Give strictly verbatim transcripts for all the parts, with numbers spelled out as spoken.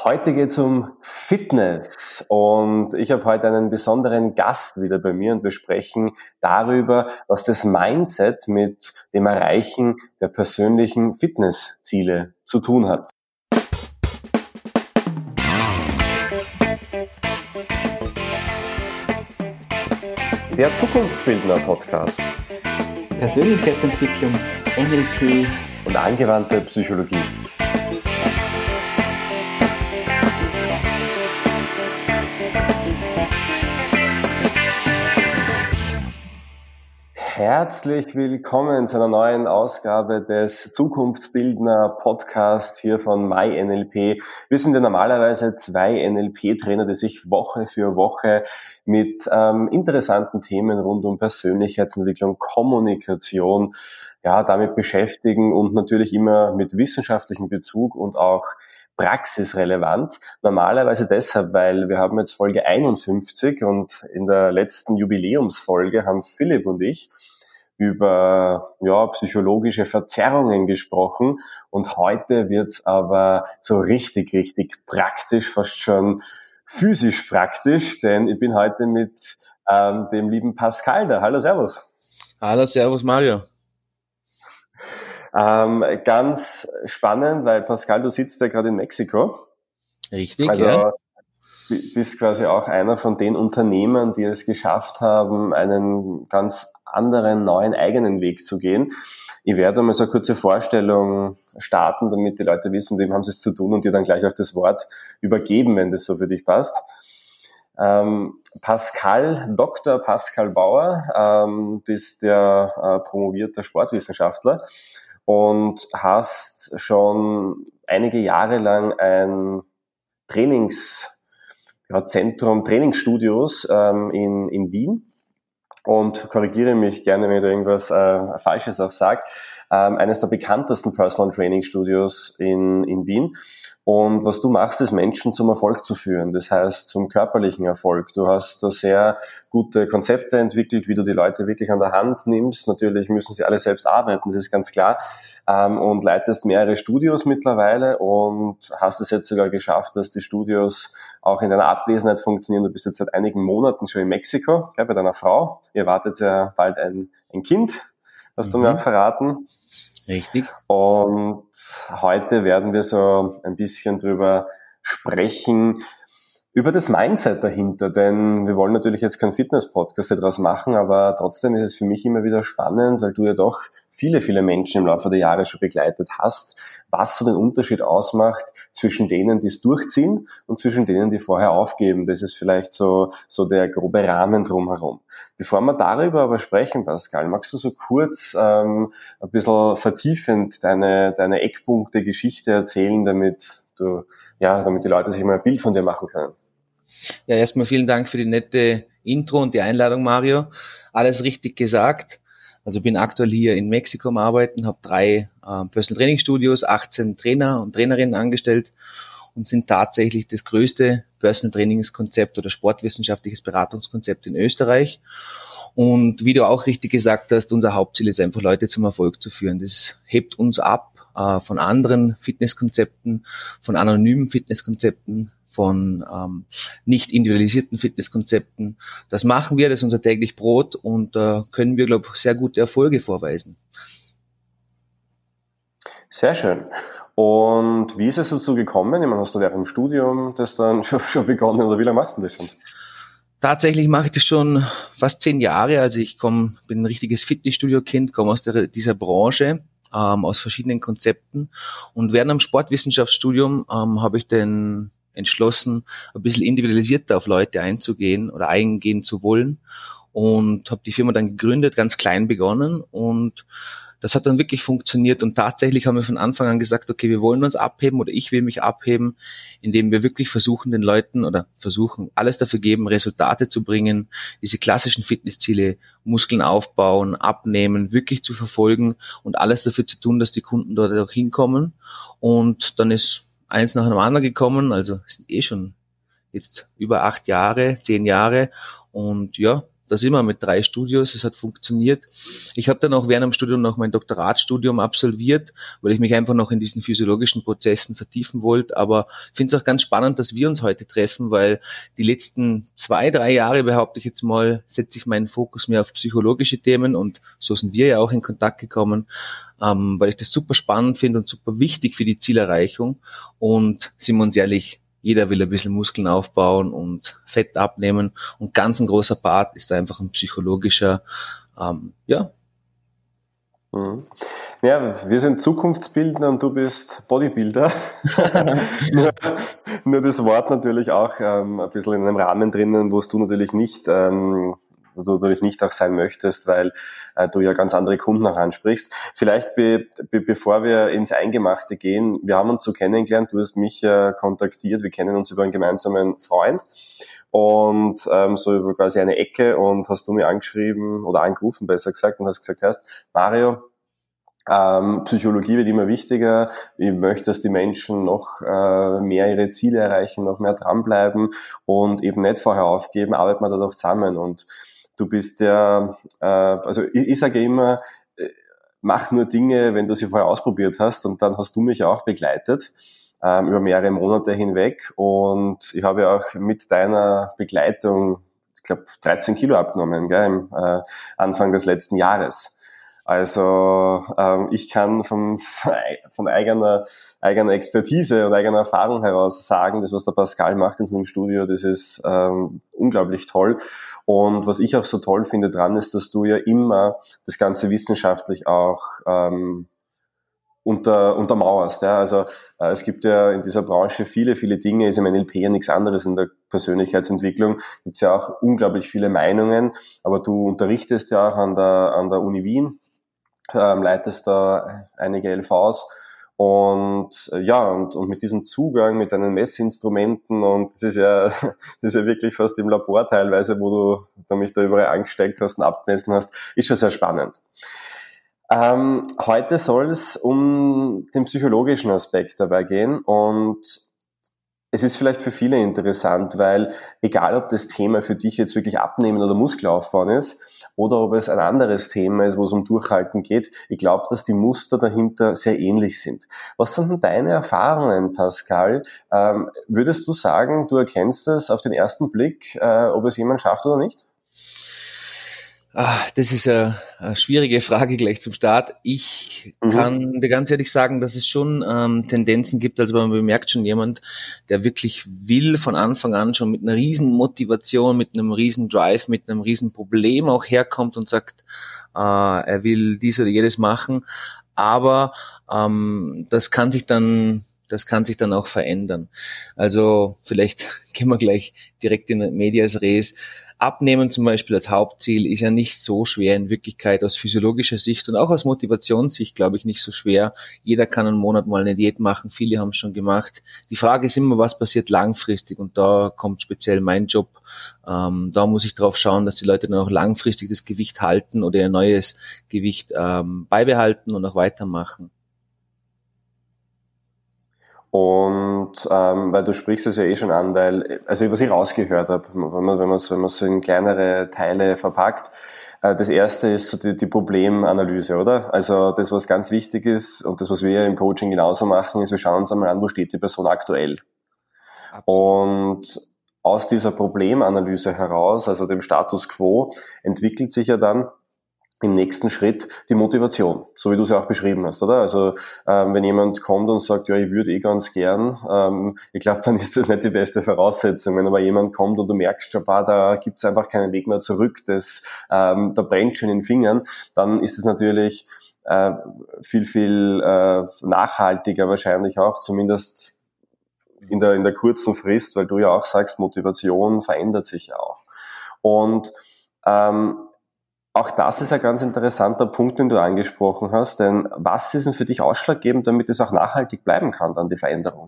Heute geht es um Fitness und ich habe heute einen besonderen Gast wieder bei mir und wir sprechen darüber, was das Mindset mit dem Erreichen der persönlichen Fitnessziele zu tun hat. Der Zukunftsbildner-Podcast. Persönlichkeitsentwicklung, N L P und angewandte Psychologie. Herzlich willkommen zu einer neuen Ausgabe des Zukunftsbildner Podcast hier von MyNLP. Wir sind ja normalerweise zwei N L P-Trainer, die sich Woche für Woche mit ähm, interessanten Themen rund um Persönlichkeitsentwicklung, Kommunikation, ja, damit beschäftigen und natürlich immer mit wissenschaftlichem Bezug und auch praxisrelevant. Normalerweise deshalb, weil wir haben jetzt Folge einundfünfzig und in der letzten Jubiläumsfolge haben Philipp und ich über ja, psychologische Verzerrungen gesprochen und heute wird's aber so richtig, richtig praktisch, fast schon physisch praktisch, denn ich bin heute mit ähm, dem lieben Pascal da. Hallo, servus. Hallo, servus Mario. Ähm, ganz spannend, weil Pascal, du sitzt ja gerade in Mexiko. Richtig, also, ja. Du bist quasi auch einer von den Unternehmern, die es geschafft haben, einen ganz anderen, neuen, eigenen Weg zu gehen. Ich werde mal so eine kurze Vorstellung starten, damit die Leute wissen, mit wem haben sie es zu tun und dir dann gleich auch das Wort übergeben, wenn das so für dich passt. Ähm, Pascal, Doktor Pascal Bauer, ähm, bist ja äh, promovierter Sportwissenschaftler und hast schon einige Jahre lang ein Trainingszentrum, Trainingsstudios ähm, in, in Wien und korrigiere mich gerne, wenn ich da irgendwas äh, Falsches auch sage, ähm, eines der bekanntesten Personal Training Studios in, in Wien. Und was du machst, ist Menschen zum Erfolg zu führen, das heißt zum körperlichen Erfolg. Du hast da sehr gute Konzepte entwickelt, wie du die Leute wirklich an der Hand nimmst. Natürlich müssen sie alle selbst arbeiten, das ist ganz klar. Ähm, und leitest mehrere Studios mittlerweile und hast es jetzt sogar geschafft, dass die Studios auch in deiner Abwesenheit funktionieren. Du bist jetzt seit einigen Monaten schon in Mexiko, gell, bei deiner Frau. Ihr wartet ja bald ein, ein Kind, hast du Mhm. mir auch verraten. Richtig. Und heute werden wir so ein bisschen drüber sprechen, über das Mindset dahinter, denn wir wollen natürlich jetzt keinen Fitness-Podcast daraus machen, aber trotzdem ist es für mich immer wieder spannend, weil du ja doch viele, viele Menschen im Laufe der Jahre schon begleitet hast, was so den Unterschied ausmacht zwischen denen, die es durchziehen und zwischen denen, die vorher aufgeben. Das ist vielleicht so, so der grobe Rahmen drumherum. Bevor wir darüber aber sprechen, Pascal, magst du so kurz ähm, ein bisschen vertiefend deine, deine Eckpunkte, Geschichte erzählen, damit du, ja, damit die Leute sich mal ein Bild von dir machen können? Ja, erstmal vielen Dank für die nette Intro und die Einladung, Mario. Alles richtig gesagt. Also bin aktuell hier in Mexiko am Arbeiten, habe drei äh, Personal Training Studios, achtzehn Trainer und Trainerinnen angestellt und sind tatsächlich das größte Personal Trainingskonzept oder sportwissenschaftliches Beratungskonzept in Österreich. Und wie du auch richtig gesagt hast, unser Hauptziel ist einfach, Leute zum Erfolg zu führen. Das hebt uns ab äh, von anderen Fitnesskonzepten, von anonymen Fitnesskonzepten, von ähm, nicht individualisierten Fitnesskonzepten. Das machen wir, das ist unser täglich Brot und da äh, können wir, glaube ich, sehr gute Erfolge vorweisen. Sehr schön. Und wie ist es dazu gekommen? Ich meine, hast du während dem Studium das dann schon, schon begonnen oder wie lange machst du das schon? Tatsächlich mache ich das schon fast zehn Jahre. Also ich komme, bin ein richtiges Fitnessstudio-Kind, komme aus der, dieser Branche, ähm, aus verschiedenen Konzepten und während dem Sportwissenschaftsstudium ähm, habe ich den entschlossen, ein bisschen individualisierter auf Leute einzugehen oder eingehen zu wollen und habe die Firma dann gegründet, ganz klein begonnen und das hat dann wirklich funktioniert und tatsächlich haben wir von Anfang an gesagt, okay, wir wollen uns abheben oder ich will mich abheben, indem wir wirklich versuchen, den Leuten oder versuchen, alles dafür geben, Resultate zu bringen, diese klassischen Fitnessziele, Muskeln aufbauen, abnehmen, wirklich zu verfolgen und alles dafür zu tun, dass die Kunden dort auch hinkommen und dann ist eins nach dem anderen gekommen, also es sind eh schon jetzt über acht Jahre, zehn Jahre und ja, da sind wir mit drei Studios, es hat funktioniert. Ich habe dann auch während dem Studium noch mein Doktoratsstudium absolviert, weil ich mich einfach noch in diesen physiologischen Prozessen vertiefen wollte, aber ich finde es auch ganz spannend, dass wir uns heute treffen, weil die letzten zwei, drei Jahre, behaupte ich jetzt mal, setze ich meinen Fokus mehr auf psychologische Themen und so sind wir ja auch in Kontakt gekommen, ähm, weil ich das super spannend finde und super wichtig für die Zielerreichung. Und sind wir uns ehrlich, jeder will ein bisschen Muskeln aufbauen und Fett abnehmen und ganz ein großer Part ist da einfach ein psychologischer, ähm, ja. Mhm. Ja, wir sind Zukunftsbildner und du bist Bodybuilder. nur, nur das Wort natürlich auch ähm, ein bisschen in einem Rahmen drinnen, wo es du natürlich nicht ähm, wo du natürlich nicht auch sein möchtest, weil äh, du ja ganz andere Kunden auch ansprichst. Vielleicht be, be, bevor wir ins Eingemachte gehen, wir haben uns so kennengelernt, du hast mich äh, kontaktiert, wir kennen uns über einen gemeinsamen Freund und ähm, so über quasi eine Ecke und hast du mir angeschrieben oder angerufen, besser gesagt, und hast gesagt, heißt, Mario, Ähm, Psychologie wird immer wichtiger. Ich möchte, dass die Menschen noch äh, mehr ihre Ziele erreichen, noch mehr dranbleiben und eben nicht vorher aufgeben, arbeiten wir da doch zusammen. Und du bist ja, äh, also ich, ich sage immer, äh, mach nur Dinge, wenn du sie vorher ausprobiert hast, und dann hast du mich auch begleitet ähm, über mehrere Monate hinweg, und ich habe ja auch mit deiner Begleitung, ich glaube, dreizehn Kilo abgenommen, gell, im äh, Anfang des letzten Jahres. Also ähm, ich kann von, von eigener, eigener Expertise und eigener Erfahrung heraus sagen, das, was der Pascal macht in seinem Studio, das ist ähm, unglaublich toll. Und was ich auch so toll finde dran, ist, dass du ja immer das Ganze wissenschaftlich auch ähm, unter, untermauerst. Ja? Also äh, es gibt ja in dieser Branche viele, viele Dinge, ist im N L P ja nichts anderes in der Persönlichkeitsentwicklung, gibt es ja auch unglaublich viele Meinungen, aber du unterrichtest ja auch an der, an der Uni Wien, Ähm, leitest da einige L Vs und äh, ja, und, und mit diesem Zugang, mit deinen Messinstrumenten, und das ist ja, das ist ja wirklich fast im Labor teilweise, wo du, du mich da überall angesteckt hast und abgemessen hast, ist schon sehr spannend. Ähm, heute soll es um den psychologischen Aspekt dabei gehen, und es ist vielleicht für viele interessant, weil egal, ob das Thema für dich jetzt wirklich Abnehmen oder Muskelaufbauen ist oder ob es ein anderes Thema ist, wo es um Durchhalten geht, ich glaube, dass die Muster dahinter sehr ähnlich sind. Was sind denn deine Erfahrungen, Pascal? Ähm, würdest du sagen, du erkennst es auf den ersten Blick, äh, ob es jemand schafft oder nicht? Ah, das ist eine, eine schwierige Frage gleich zum Start. Ich mhm. kann dir ganz ehrlich sagen, dass es schon ähm, Tendenzen gibt. Also man bemerkt schon jemand, der wirklich will von Anfang an schon mit einer riesen Motivation, mit einem riesen Drive, mit einem riesen Problem auch herkommt und sagt, äh, er will dies oder jedes machen. Aber ähm, das kann sich dann Das kann sich dann auch verändern. Also vielleicht gehen wir gleich direkt in medias res. Abnehmen zum Beispiel als Hauptziel ist ja nicht so schwer in Wirklichkeit aus physiologischer Sicht und auch aus Motivationssicht, glaube ich, nicht so schwer. Jeder kann einen Monat mal eine Diät machen, viele haben es schon gemacht. Die Frage ist immer, was passiert langfristig, und da kommt speziell mein Job. Ähm, da muss ich drauf schauen, dass die Leute dann auch langfristig das Gewicht halten oder ihr neues Gewicht ähm, beibehalten und auch weitermachen. Und ähm, weil du sprichst es ja eh schon an, weil, also was ich rausgehört habe, wenn man wenn man wenn man so in kleinere Teile verpackt, äh, das erste ist so die, die Problemanalyse, oder? Also das, was ganz wichtig ist, und das, was wir im Coaching genauso machen, ist, wir schauen uns einmal an, wo steht die Person aktuell. Absolut. Und aus dieser Problemanalyse heraus, also dem Status quo, entwickelt sich ja dann im nächsten Schritt die Motivation, so wie du es ja auch beschrieben hast, oder? Also ähm, wenn jemand kommt und sagt, ja, ich würde eh ganz gern, ähm, ich glaube, dann ist das nicht die beste Voraussetzung. Wenn aber jemand kommt und du merkst schon, bah, da gibt es einfach keinen Weg mehr zurück, das, ähm, da brennt schon in den Fingern, dann ist es natürlich äh, viel, viel äh, nachhaltiger wahrscheinlich auch, zumindest in der, in der kurzen Frist, weil du ja auch sagst, Motivation verändert sich ja auch. Und ähm, auch das ist ein ganz interessanter Punkt, den du angesprochen hast, denn was ist denn für dich ausschlaggebend, damit es auch nachhaltig bleiben kann, dann die Veränderung?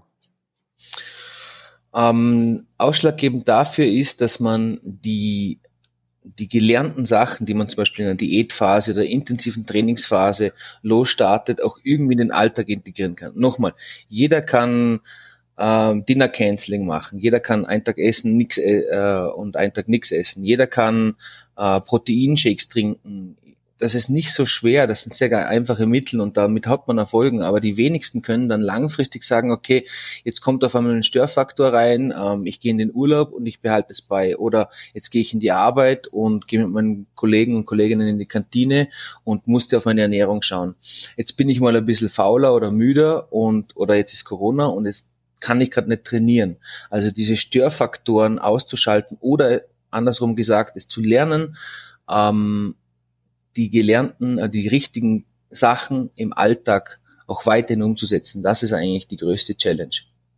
Ähm, ausschlaggebend dafür ist, dass man die, die gelernten Sachen, die man zum Beispiel in einer Diätphase oder intensiven Trainingsphase losstartet, auch irgendwie in den Alltag integrieren kann. Nochmal, jeder kann ähm, Dinner Canceling machen. Jeder kann einen Tag essen, nix äh, und einen Tag nichts essen. Jeder kann äh, Proteinshakes trinken. Das ist nicht so schwer, das sind sehr einfache Mittel und damit hat man Erfolgen, aber die wenigsten können dann langfristig sagen, okay, jetzt kommt auf einmal ein Störfaktor rein, ähm, ich gehe in den Urlaub und ich behalte es bei, oder jetzt gehe ich in die Arbeit und gehe mit meinen Kollegen und Kolleginnen in die Kantine und musste auf meine Ernährung schauen. Jetzt bin ich mal ein bisschen fauler oder müder und oder jetzt ist Corona und jetzt kann ich gerade nicht trainieren. Also diese Störfaktoren auszuschalten oder andersrum gesagt, es zu lernen, ähm, die gelernten, die richtigen Sachen im Alltag auch weiterhin umzusetzen. Das ist eigentlich die größte Challenge.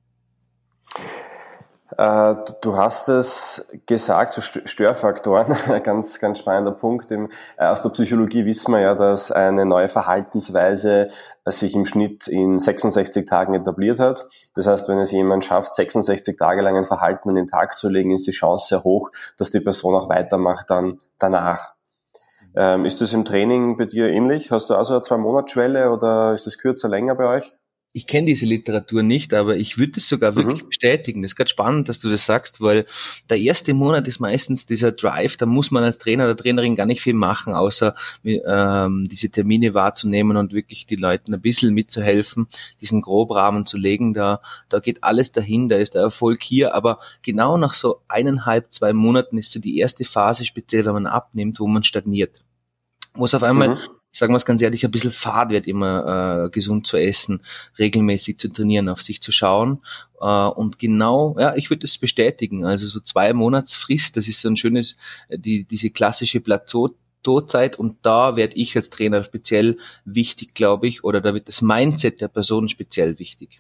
Äh, du hast es gesagt, so Störfaktoren, ganz, ganz spannender Punkt. Im, äh, aus der Psychologie wissen wir ja, dass eine neue Verhaltensweise sich im Schnitt in sechsundsechzig Tagen etabliert hat. Das heißt, wenn es jemand schafft, sechsundsechzig Tage lang ein Verhalten an den Tag zu legen, ist die Chance sehr hoch, dass die Person auch weitermacht dann danach. Ähm, ist das im Training bei dir ähnlich? Hast du also eine Zwei-Monats-Schwelle oder ist das kürzer, länger bei euch? Ich kenne diese Literatur nicht, aber ich würde es sogar wirklich mhm. bestätigen. Das ist gerade spannend, dass du das sagst, weil der erste Monat ist meistens dieser Drive, da muss man als Trainer oder Trainerin gar nicht viel machen, außer ähm, diese Termine wahrzunehmen und wirklich die Leuten ein bisschen mitzuhelfen, diesen Grobrahmen zu legen. Da, da geht alles dahin, da ist der Erfolg hier, aber genau nach so eineinhalb, zwei Monaten ist so die erste Phase, speziell wenn man abnimmt, wo man stagniert. Wo es auf einmal, mhm. sagen wir es ganz ehrlich, ein bisschen fad wird, immer äh, gesund zu essen, regelmäßig zu trainieren, auf sich zu schauen. Äh, und genau, ja, ich würde das bestätigen. Also so zwei Monatsfrist, das ist so ein schönes, die diese klassische Plateauzeit. Und da werde ich als Trainer speziell wichtig, glaube ich, oder da wird das Mindset der Person speziell wichtig.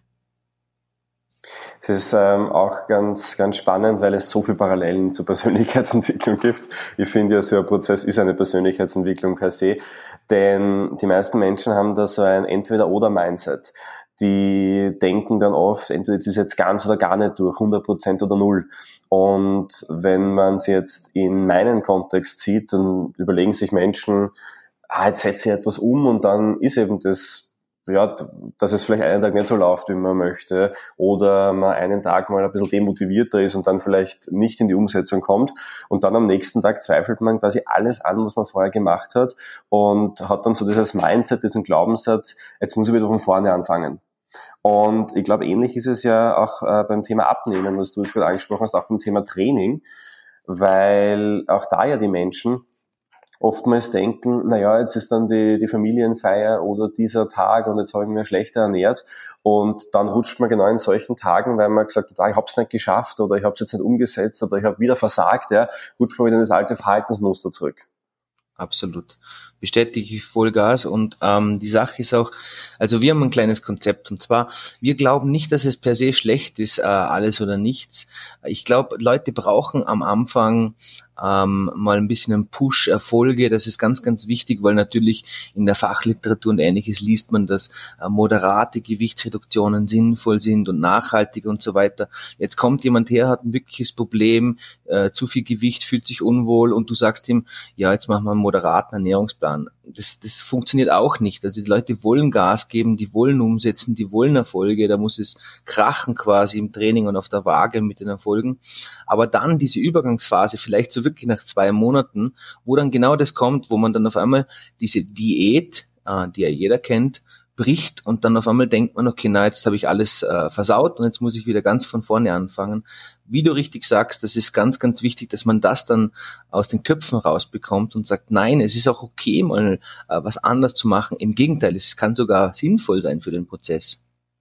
Es ist ähm, auch ganz, ganz spannend, weil es so viele Parallelen zur Persönlichkeitsentwicklung gibt. Ich finde ja, so ein Prozess ist eine Persönlichkeitsentwicklung per se, denn die meisten Menschen haben da so ein Entweder-oder-Mindset. Die denken dann oft, entweder es ist jetzt ganz oder gar nicht durch, hundert Prozent oder null. Und wenn man es jetzt in meinen Kontext sieht, dann überlegen sich Menschen, ah, jetzt setze ich etwas um und dann ist eben das, ja, dass es vielleicht einen Tag nicht so läuft, wie man möchte, oder man einen Tag mal ein bisschen demotivierter ist und dann vielleicht nicht in die Umsetzung kommt und dann am nächsten Tag zweifelt man quasi alles an, was man vorher gemacht hat und hat dann so dieses Mindset, diesen Glaubenssatz, jetzt muss ich wieder von vorne anfangen. Und ich glaube, ähnlich ist es ja auch äh, beim Thema Abnehmen, was du jetzt gerade angesprochen hast, auch beim Thema Training, weil auch da ja die Menschen oftmals denken, naja, jetzt ist dann die, die Familienfeier oder dieser Tag und jetzt habe ich mich schlechter ernährt und dann rutscht man genau in solchen Tagen, weil man gesagt hat, ah, ich habe es nicht geschafft oder ich habe es jetzt nicht umgesetzt oder ich habe wieder versagt, ja, rutscht man wieder in das alte Verhaltensmuster zurück. Absolut. Bestätige ich Vollgas und ähm, die Sache ist auch, also wir haben ein kleines Konzept und zwar, wir glauben nicht, dass es per se schlecht ist, äh, alles oder nichts. Ich glaube, Leute brauchen am Anfang ähm, mal ein bisschen einen Push, Erfolge, das ist ganz, ganz wichtig, weil natürlich in der Fachliteratur und Ähnliches liest man, dass äh, moderate Gewichtsreduktionen sinnvoll sind und nachhaltig und so weiter. Jetzt kommt jemand her, hat ein wirkliches Problem, äh, zu viel Gewicht, fühlt sich unwohl und du sagst ihm, ja, jetzt machen wir einen moderaten Ernährungsplan. Das, das funktioniert auch nicht. Also die Leute wollen Gas geben, die wollen umsetzen, die wollen Erfolge, da muss es krachen quasi im Training und auf der Waage mit den Erfolgen. Aber dann diese Übergangsphase, vielleicht so wirklich nach zwei Monaten, wo dann genau das kommt, wo man dann auf einmal diese Diät, äh, die ja jeder kennt, bricht und dann auf einmal denkt man, okay, na, jetzt habe ich alles äh, versaut und jetzt muss ich wieder ganz von vorne anfangen. Wie du richtig sagst, das ist ganz, ganz wichtig, dass man das dann aus den Köpfen rausbekommt und sagt, nein, es ist auch okay, mal äh, was anders zu machen. Im Gegenteil, es kann sogar sinnvoll sein für den Prozess.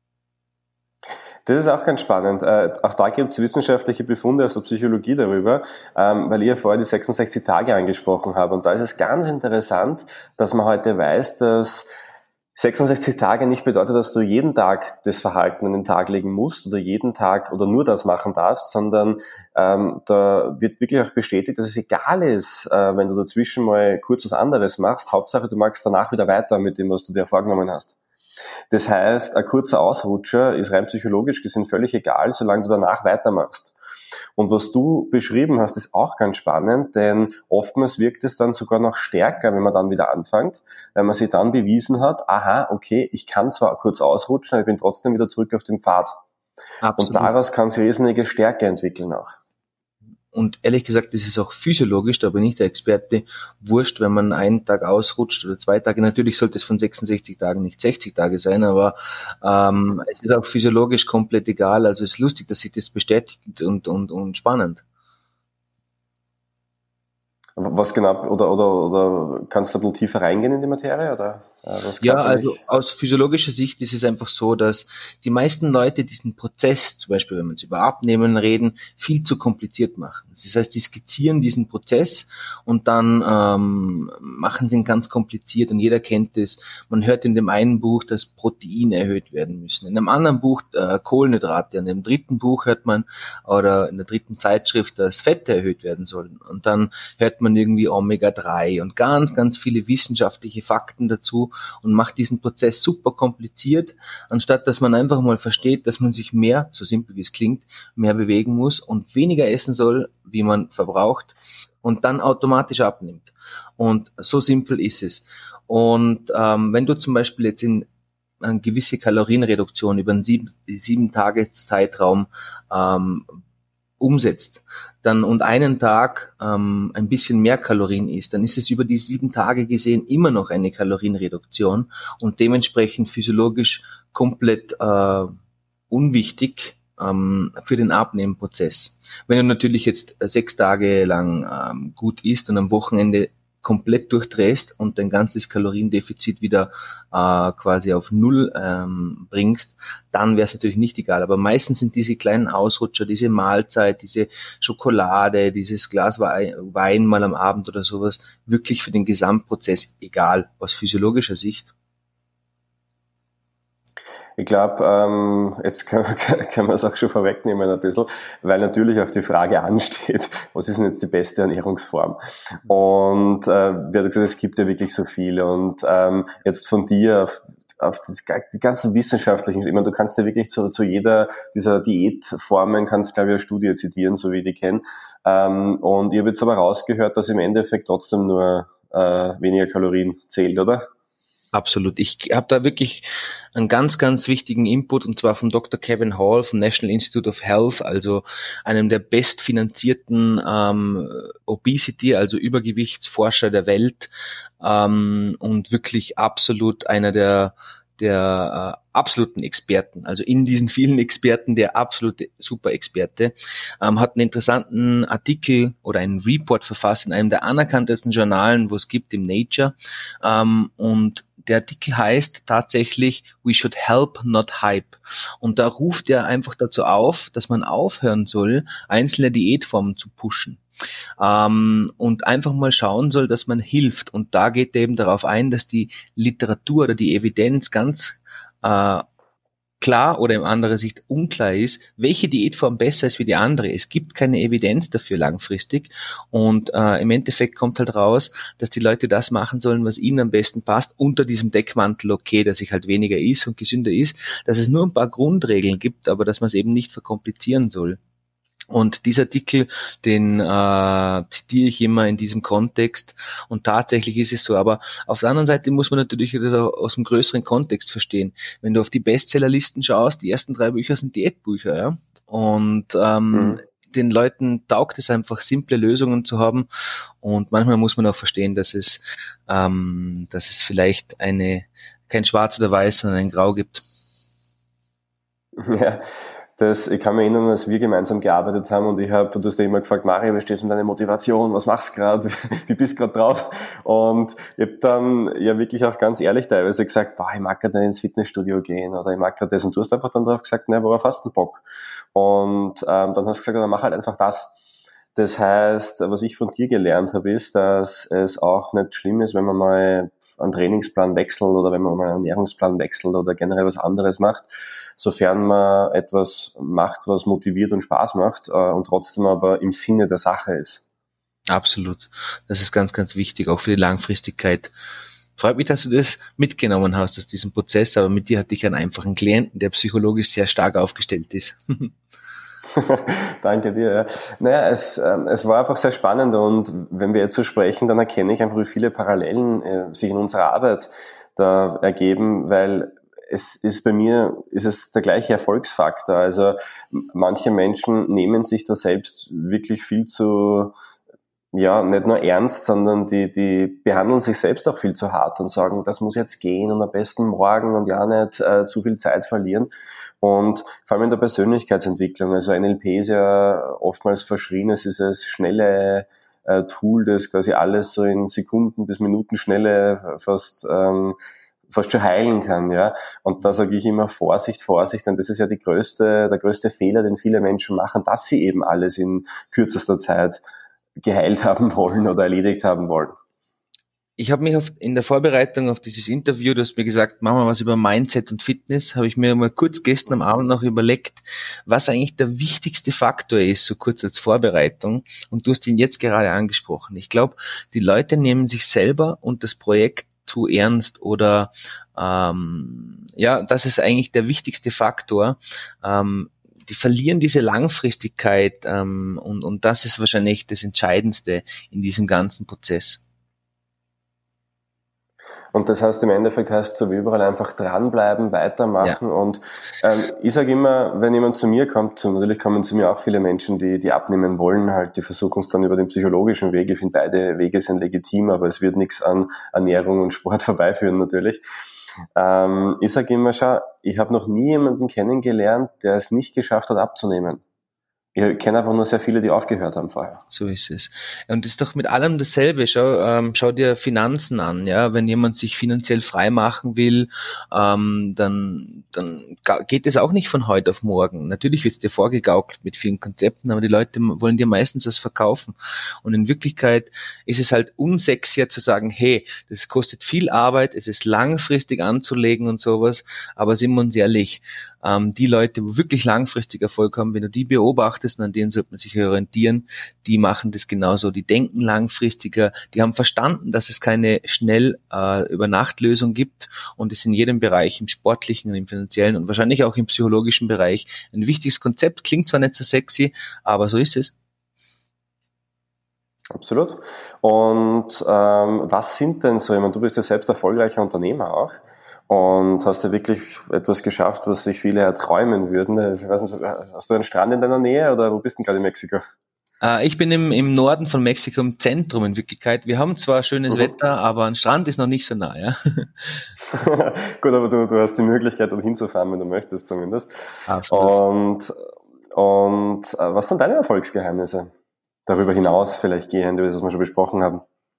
Das ist auch ganz spannend. Äh, auch da gibt es wissenschaftliche Befunde aus der Psychologie darüber, ähm, weil ich ja vorher die sechsundsechzig Tage angesprochen habe. Und da ist es ganz interessant, dass man heute weiß, dass sechsundsechzig Tage nicht bedeutet, dass du jeden Tag das Verhalten an den Tag legen musst oder jeden Tag oder nur das machen darfst, sondern ähm, da wird wirklich auch bestätigt, dass es egal ist, äh, wenn du dazwischen mal kurz was anderes machst. Hauptsache, du machst danach wieder weiter mit dem, was du dir vorgenommen hast. Das heißt, ein kurzer Ausrutscher ist rein psychologisch gesehen völlig egal, solange du danach weitermachst. Und was du beschrieben hast, ist auch ganz spannend, denn oftmals wirkt es dann sogar noch stärker, wenn man dann wieder anfängt, weil man sich dann bewiesen hat, aha, okay, ich kann zwar kurz ausrutschen, aber ich bin trotzdem wieder zurück auf dem Pfad. Und daraus kann sich riesige Stärke entwickeln auch. Und ehrlich gesagt, das ist auch physiologisch, da bin ich der Experte, wurscht, wenn man einen Tag ausrutscht oder zwei Tage. Natürlich sollte es von sechsundsechzig Tagen nicht sechzig Tage sein, aber ähm, es ist auch physiologisch komplett egal. Also es ist lustig, dass sich das bestätigt und, und, und spannend. Was genau, oder, oder, oder kannst du ein bisschen tiefer reingehen in die Materie, oder äh, was Ja, also aus physiologischer Sicht ist es einfach so, dass die meisten Leute diesen Prozess, zum Beispiel wenn wir jetzt über Abnehmen reden, viel zu kompliziert machen. Das heißt, die skizzieren diesen Prozess und dann ähm, machen sie ihn ganz kompliziert und jeder kennt es. Man hört in dem einen Buch, dass Proteine erhöht werden müssen, in einem anderen Buch äh, Kohlenhydrate, in dem dritten Buch hört man, oder in der dritten Zeitschrift, dass Fette erhöht werden sollen. Und dann hört man irgendwie Omega drei und ganz, ganz viele wissenschaftliche Fakten dazu und macht diesen Prozess super kompliziert, anstatt dass man einfach mal versteht, dass man sich mehr, so simpel wie es klingt, mehr bewegen muss und weniger essen soll, wie man verbraucht und dann automatisch abnimmt. Und so simpel ist es. Und ähm, wenn du zum Beispiel jetzt in eine gewisse Kalorienreduktion über einen sieben, sieben Tageszeitraum ähm, umsetzt, dann und einen Tag ähm, ein bisschen mehr Kalorien isst, dann ist es über die sieben Tage gesehen immer noch eine Kalorienreduktion und dementsprechend physiologisch komplett äh, unwichtig ähm, für den Abnehmprozess. Wenn du natürlich jetzt äh, sechs Tage lang ähm, gut isst und am Wochenende komplett durchdrehst und dein ganzes Kaloriendefizit wieder äh, quasi auf Null ähm, bringst, dann wäre es natürlich nicht egal. Aber meistens sind diese kleinen Ausrutscher, diese Mahlzeit, diese Schokolade, dieses Glas Wein mal am Abend oder sowas, wirklich für den Gesamtprozess egal, aus physiologischer Sicht. Ich glaube, ähm, jetzt können wir, können wir es auch schon vorwegnehmen ein bisschen, weil natürlich auch die Frage ansteht, was ist denn jetzt die beste Ernährungsform? Und äh, wie du gesagt, es gibt ja wirklich so viele. Und ähm, jetzt von dir auf, auf die ganzen wissenschaftlichen, ich meine, du kannst ja wirklich zu, zu jeder dieser Diätformen, kannst glaube ich eine Studie zitieren, so wie ich die kenne. Ähm, und ich habe jetzt aber rausgehört, dass im Endeffekt trotzdem nur äh, weniger Kalorien zählt, oder? Absolut. Ich habe da wirklich einen ganz, ganz wichtigen Input und zwar von Doktor Kevin Hall vom National Institute of Health, also einem der bestfinanzierten ähm, Obesity, also Übergewichtsforscher der Welt ähm, und wirklich absolut einer der der äh, absoluten Experten, also in diesen vielen Experten der absolute Super-Experte, ähm, hat einen interessanten Artikel oder einen Report verfasst in einem der anerkanntesten Journalen, wo es gibt, im Nature, ähm, und der Artikel heißt tatsächlich We should help, not hype. Und da ruft er einfach dazu auf, dass man aufhören soll, einzelne Diätformen zu pushen. Ähm, und einfach mal schauen soll, dass man hilft. Und da geht er eben darauf ein, dass die Literatur oder die Evidenz ganz äh, klar oder in anderer Sicht unklar ist, welche Diätform besser ist wie die andere. Es gibt keine Evidenz dafür langfristig und äh, im Endeffekt kommt halt raus, dass die Leute das machen sollen, was ihnen am besten passt, unter diesem Deckmantel, okay, dass ich halt weniger isst und gesünder ist, dass es nur ein paar Grundregeln gibt, aber dass man es eben nicht verkomplizieren soll. Und dieser Artikel, den äh, zitiere ich immer in diesem Kontext und tatsächlich ist es so. Aber auf der anderen Seite muss man natürlich das auch aus dem größeren Kontext verstehen. Wenn du auf die Bestsellerlisten schaust, die ersten drei Bücher sind Diätbücher, ja. Und ähm, mhm. den Leuten taugt es einfach, simple Lösungen zu haben. Und manchmal muss man auch verstehen, dass es, ähm, dass es vielleicht eine kein Schwarz oder Weiß, sondern ein Grau gibt. Ja. Das, ich kann mich erinnern, als wir gemeinsam gearbeitet haben und ich habe, du hast ja immer gefragt, Mario, wie stehst du mit deiner Motivation, was machst du gerade, wie bist du gerade drauf? Und ich habe dann ja wirklich auch ganz ehrlich teilweise gesagt, boah, ich mag gerade ins Fitnessstudio gehen oder ich mag gerade das und du hast einfach dann drauf gesagt, ne, worauf hast du Bock? Und ähm, dann hast du gesagt, dann mach halt einfach das. Das heißt, was ich von dir gelernt habe, ist, dass es auch nicht schlimm ist, wenn man mal einen Trainingsplan wechselt oder wenn man mal einen Ernährungsplan wechselt oder generell was anderes macht, sofern man etwas macht, was motiviert und Spaß macht und trotzdem aber im Sinne der Sache ist. Absolut. Das ist ganz, ganz wichtig, auch für die Langfristigkeit. Freut mich, dass du das mitgenommen hast aus diesem Prozess, aber mit dir hatte ich einen einfachen Klienten, der psychologisch sehr stark aufgestellt ist. Danke dir. Ja. Naja, es, ähm, es war einfach sehr spannend und wenn wir jetzt so sprechen, dann erkenne ich einfach, wie viele Parallelen äh, sich in unserer Arbeit da ergeben, weil es ist bei mir, ist es der gleiche Erfolgsfaktor. Also manche Menschen nehmen sich da selbst wirklich viel zu, ja, nicht nur ernst, sondern die, die behandeln sich selbst auch viel zu hart und sagen, das muss jetzt gehen und am besten morgen und ja nicht äh, zu viel Zeit verlieren. Und vor allem in der Persönlichkeitsentwicklung, also N L P ist ja oftmals verschrien, es ist das schnelle äh, Tool, das quasi alles so in Sekunden bis Minuten Schnelle fast ähm, fast schon heilen kann, ja. Und da sage ich immer Vorsicht, Vorsicht, denn das ist ja die größte, der größte Fehler, den viele Menschen machen, dass sie eben alles in kürzester Zeit geheilt haben wollen oder erledigt haben wollen. Ich habe mich auf, in der Vorbereitung auf dieses Interview, du hast mir gesagt, machen wir was über Mindset und Fitness, habe ich mir mal kurz gestern am Abend noch überlegt, was eigentlich der wichtigste Faktor ist, so kurz als Vorbereitung. Und du hast ihn jetzt gerade angesprochen. Ich glaube, die Leute nehmen sich selber und das Projekt zu ernst oder ähm, ja, das ist eigentlich der wichtigste Faktor. Ähm, die verlieren diese Langfristigkeit ähm, und, und das ist wahrscheinlich das Entscheidendste in diesem ganzen Prozess. Und das heißt, im Endeffekt heißt es so wie überall einfach dranbleiben, weitermachen. Ja. Und ähm, ich sage immer, wenn jemand zu mir kommt, natürlich kommen zu mir auch viele Menschen, die die abnehmen wollen, halt, die versuchen es dann über den psychologischen Weg. Ich finde, beide Wege sind legitim, aber es wird nichts an Ernährung und Sport vorbeiführen natürlich. Ähm, ich sage immer, schau, ich habe noch nie jemanden kennengelernt, der es nicht geschafft hat, abzunehmen. Ich kenne einfach nur sehr viele, die aufgehört haben vorher. So ist es. Und das ist doch mit allem dasselbe. Schau, ähm, schau dir Finanzen an, ja. Wenn jemand sich finanziell frei machen will, ähm, dann, dann geht es auch nicht von heute auf morgen. Natürlich wird es dir vorgegaukelt mit vielen Konzepten, aber die Leute wollen dir meistens was verkaufen. Und in Wirklichkeit ist es halt unsexier zu sagen, hey, das kostet viel Arbeit, es ist langfristig anzulegen und sowas, aber sind wir uns ehrlich, ähm, die Leute, die wirklich langfristig Erfolg haben, wenn du die beobachtest, und an denen sollte man sich orientieren, die machen das genauso, die denken langfristiger, die haben verstanden, dass es keine schnell äh, Über-Nacht-Lösung gibt und es in jedem Bereich, im sportlichen und im finanziellen und wahrscheinlich auch im psychologischen Bereich ein wichtiges Konzept, klingt zwar nicht so sexy, aber so ist es. Absolut. Und ähm, was sind denn so, ich meine, du bist ja selbst erfolgreicher Unternehmer auch und hast ja wirklich etwas geschafft, was sich viele erträumen würden. Ich weiß nicht, hast du einen Strand in deiner Nähe oder wo bist du denn gerade in Mexiko? Äh, ich bin im, im Norden von Mexiko, im Zentrum in Wirklichkeit. Wir haben zwar schönes mhm. Wetter, aber ein Strand ist noch nicht so nah, ja. Gut, aber du, du hast die Möglichkeit, dorthin zu fahren, wenn du möchtest zumindest. Absolut. Und, und äh, was sind deine Erfolgsgeheimnisse? Darüber hinaus vielleicht gehend, über das, was wir schon besprochen haben.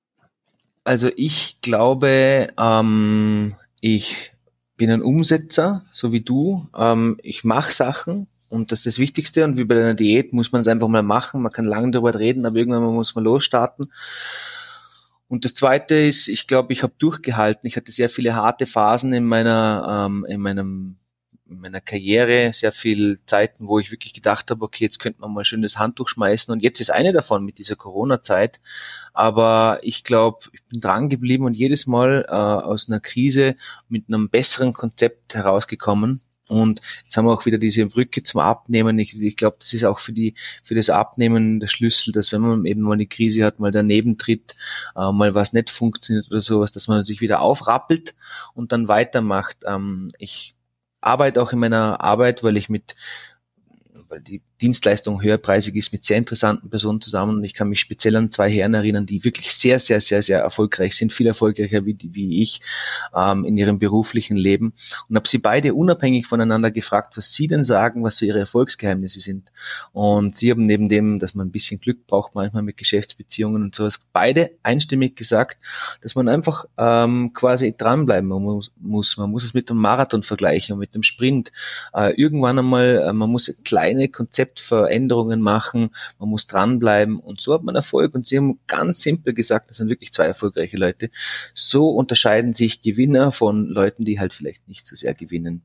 Also ich glaube, ähm, ich bin ein Umsetzer, so wie du. Ähm, ich mache Sachen und das ist das Wichtigste. Und wie bei einer Diät muss man es einfach mal machen. Man kann lange darüber reden, aber irgendwann muss man losstarten. Und das Zweite ist, ich glaube, ich habe durchgehalten. Ich hatte sehr viele harte Phasen in meiner, ähm, in meinem in meiner Karriere, sehr viel Zeiten, wo ich wirklich gedacht habe, okay, jetzt könnte man mal schön das Handtuch schmeißen und jetzt ist eine davon mit dieser Corona-Zeit, aber ich glaube, ich bin dran geblieben und jedes Mal äh, aus einer Krise mit einem besseren Konzept herausgekommen. Und jetzt haben wir auch wieder diese Brücke zum Abnehmen. Ich, ich glaube, das ist auch für die für das Abnehmen der Schlüssel, dass wenn man eben mal eine Krise hat, mal daneben tritt, äh, mal was nicht funktioniert oder sowas, dass man sich wieder aufrappelt und dann weitermacht. Ähm, ich arbeite auch in meiner Arbeit, weil ich mit weil die Dienstleistung höherpreisig ist, mit sehr interessanten Personen zusammen und ich kann mich speziell an zwei Herren erinnern, die wirklich sehr, sehr, sehr, sehr erfolgreich sind, viel erfolgreicher wie, wie ich ähm, in ihrem beruflichen Leben und habe sie beide unabhängig voneinander gefragt, was sie denn sagen, was so ihre Erfolgsgeheimnisse sind und sie haben neben dem, dass man ein bisschen Glück braucht, manchmal mit Geschäftsbeziehungen und sowas, beide einstimmig gesagt, dass man einfach ähm, quasi dranbleiben muss, muss. Man muss es mit dem Marathon vergleichen und mit dem Sprint. Äh, irgendwann einmal, äh, man muss kleine Konzeptveränderungen machen, man muss dranbleiben und so hat man Erfolg und sie haben ganz simpel gesagt, das sind wirklich zwei erfolgreiche Leute, so unterscheiden sich Gewinner von Leuten, die halt vielleicht nicht so sehr gewinnen.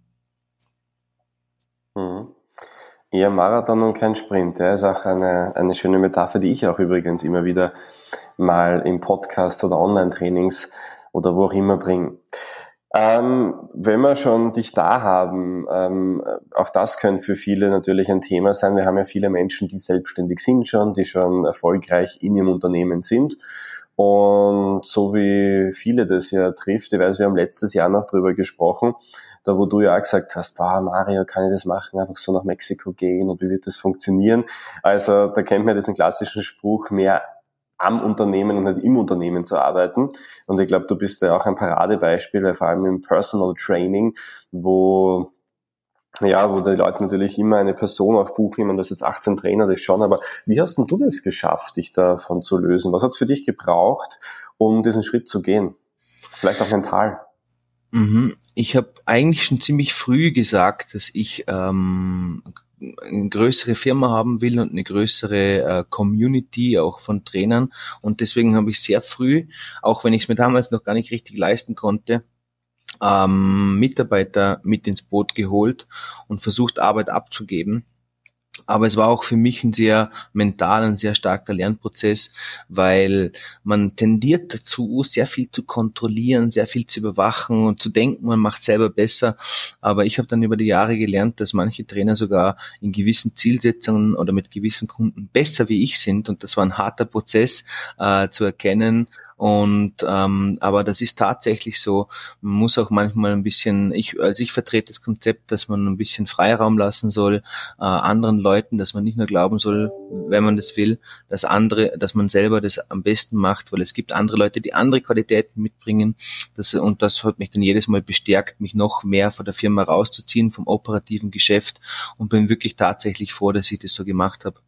Mhm. Eher Marathon und kein Sprint, ja, ist auch eine, eine schöne Metapher, die ich auch übrigens immer wieder mal im Podcast oder Online-Trainings oder wo auch immer bringe. Ähm, wenn wir schon dich da haben, ähm, auch das könnte für viele natürlich ein Thema sein. Wir haben ja viele Menschen, die selbstständig sind schon, die schon erfolgreich in ihrem Unternehmen sind. Und so wie viele das ja trifft, ich weiß, wir haben letztes Jahr noch drüber gesprochen, da wo du ja auch gesagt hast, boah, Mario, kann ich das machen, einfach so nach Mexiko gehen und wie wird das funktionieren? Also da kennt man diesen klassischen Spruch, mehr am Unternehmen und nicht im Unternehmen zu arbeiten. Und ich glaube, du bist ja auch ein Paradebeispiel, weil vor allem im Personal Training, wo ja, wo die Leute natürlich immer eine Person auch buchen, ich meine, du hast jetzt achtzehn Trainer, das schon, aber wie hast denn du das geschafft, dich davon zu lösen? Was hat es für dich gebraucht, um diesen Schritt zu gehen? Vielleicht auch mental. Mhm. Ich habe eigentlich schon ziemlich früh gesagt, dass ich ähm, eine größere Firma haben will und eine größere äh, Community auch von Trainern. Und deswegen habe ich sehr früh, auch wenn ich es mir damals noch gar nicht richtig leisten konnte, ähm, Mitarbeiter mit ins Boot geholt und versucht, Arbeit abzugeben. Aber es war auch für mich ein sehr mental, ein sehr starker Lernprozess, weil man tendiert dazu, sehr viel zu kontrollieren, sehr viel zu überwachen und zu denken, man macht selber besser. Aber ich habe dann über die Jahre gelernt, dass manche Trainer sogar in gewissen Zielsetzungen oder mit gewissen Kunden besser wie ich sind. Und das war ein harter Prozess äh, zu erkennen. Und ähm, aber das ist tatsächlich so. Man muss auch manchmal ein bisschen, ich also ich vertrete das Konzept, dass man ein bisschen Freiraum lassen soll äh, anderen Leuten, dass man nicht nur glauben soll, wenn man das will, dass andere, dass man selber das am besten macht, weil es gibt andere Leute, die andere Qualitäten mitbringen. Das, und das hat mich dann jedes Mal bestärkt, mich noch mehr von der Firma rauszuziehen, vom operativen Geschäft, und bin wirklich tatsächlich froh, dass ich das so gemacht habe.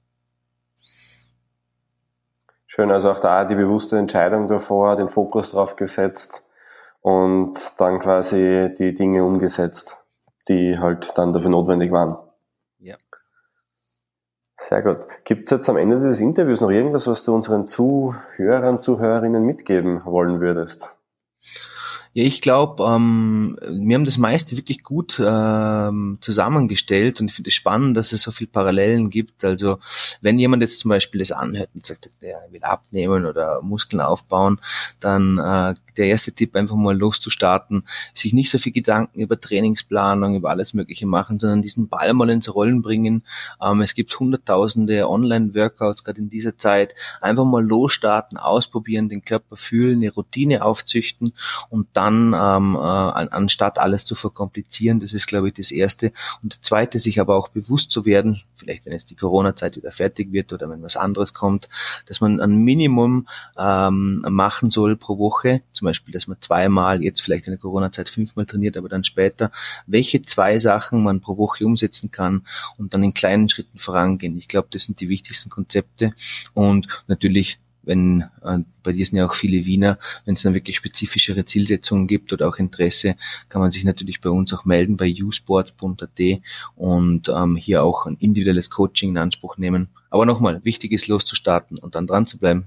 Schön, also auch da die bewusste Entscheidung davor, den Fokus drauf gesetzt und dann quasi die Dinge umgesetzt, die halt dann dafür notwendig waren. Ja. Sehr gut. Gibt es jetzt am Ende dieses Interviews noch irgendwas, was du unseren Zuhörern, Zuhörerinnen mitgeben wollen würdest? Ja, ich glaube, ähm, wir haben das meiste wirklich gut ähm, zusammengestellt, und ich finde es spannend, dass es so viele Parallelen gibt. Also wenn jemand jetzt zum Beispiel das anhört und sagt, der will abnehmen oder Muskeln aufbauen, dann äh, der erste Tipp, einfach mal loszustarten, sich nicht so viel Gedanken über Trainingsplanung, über alles Mögliche machen, sondern diesen Ball mal ins Rollen bringen. Ähm, es gibt hunderttausende Online-Workouts, gerade in dieser Zeit. Einfach mal losstarten, ausprobieren, den Körper fühlen, eine Routine aufzüchten und dann dann ähm, äh, anstatt alles zu verkomplizieren, das ist, glaube ich, das Erste. Und das Zweite, sich aber auch bewusst zu werden, vielleicht wenn jetzt die Corona-Zeit wieder fertig wird oder wenn was anderes kommt, dass man ein Minimum ähm, machen soll pro Woche, zum Beispiel, dass man zweimal, jetzt vielleicht in der Corona-Zeit fünfmal trainiert, aber dann später, welche zwei Sachen man pro Woche umsetzen kann und dann in kleinen Schritten vorangehen. Ich glaube, das sind die wichtigsten Konzepte, und natürlich, wenn, äh, bei dir sind ja auch viele Wiener, wenn es dann wirklich spezifischere Zielsetzungen gibt oder auch Interesse, kann man sich natürlich bei uns auch melden, bei usport punkt a t, und ähm, hier auch ein individuelles Coaching in Anspruch nehmen. Aber nochmal, wichtig ist, loszustarten und dann dran zu bleiben.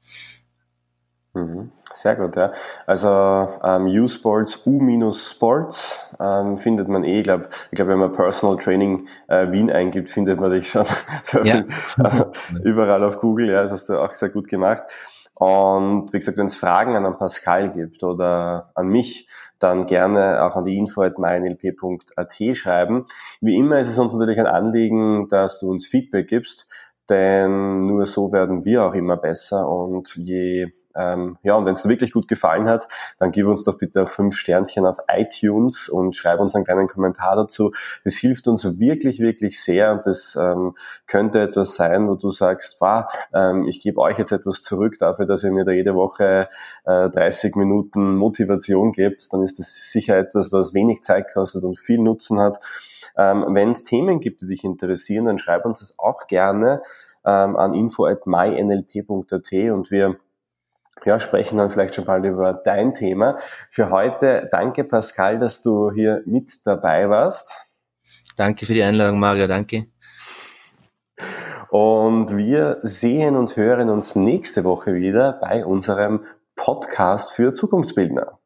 Mhm. Sehr gut, ja. Also ähm, usports, U-Sports ähm, findet man eh, ich glaube, ich glaub, wenn man Personal Training äh, Wien eingibt, findet man dich schon Ja. überall auf Google, ja, das hast du auch sehr gut gemacht. Und wie gesagt, wenn es Fragen an Pascal gibt oder an mich, dann gerne auch an die info at my n l p punkt a t schreiben. Wie immer ist es uns natürlich ein Anliegen, dass du uns Feedback gibst, denn nur so werden wir auch immer besser, und je Ähm, ja, und wenn es dir wirklich gut gefallen hat, dann gib uns doch bitte auch fünf Sternchen auf iTunes und schreib uns einen kleinen Kommentar dazu. Das hilft uns wirklich, wirklich sehr, und das ähm, könnte etwas sein, wo du sagst, wow, ähm, ich gebe euch jetzt etwas zurück dafür, dass ihr mir da jede Woche äh, dreißig Minuten Motivation gebt. Dann ist das sicher etwas, was wenig Zeit kostet und viel Nutzen hat. Ähm, wenn es Themen gibt, die dich interessieren, dann schreib uns das auch gerne ähm, an info at my n l p punkt a t, und wir ja, sprechen dann vielleicht schon bald über dein Thema. Für heute danke, Pascal, dass du hier mit dabei warst. Danke für die Einladung, Mario, danke. Und wir sehen und hören uns nächste Woche wieder bei unserem Podcast für Zukunftsbildner.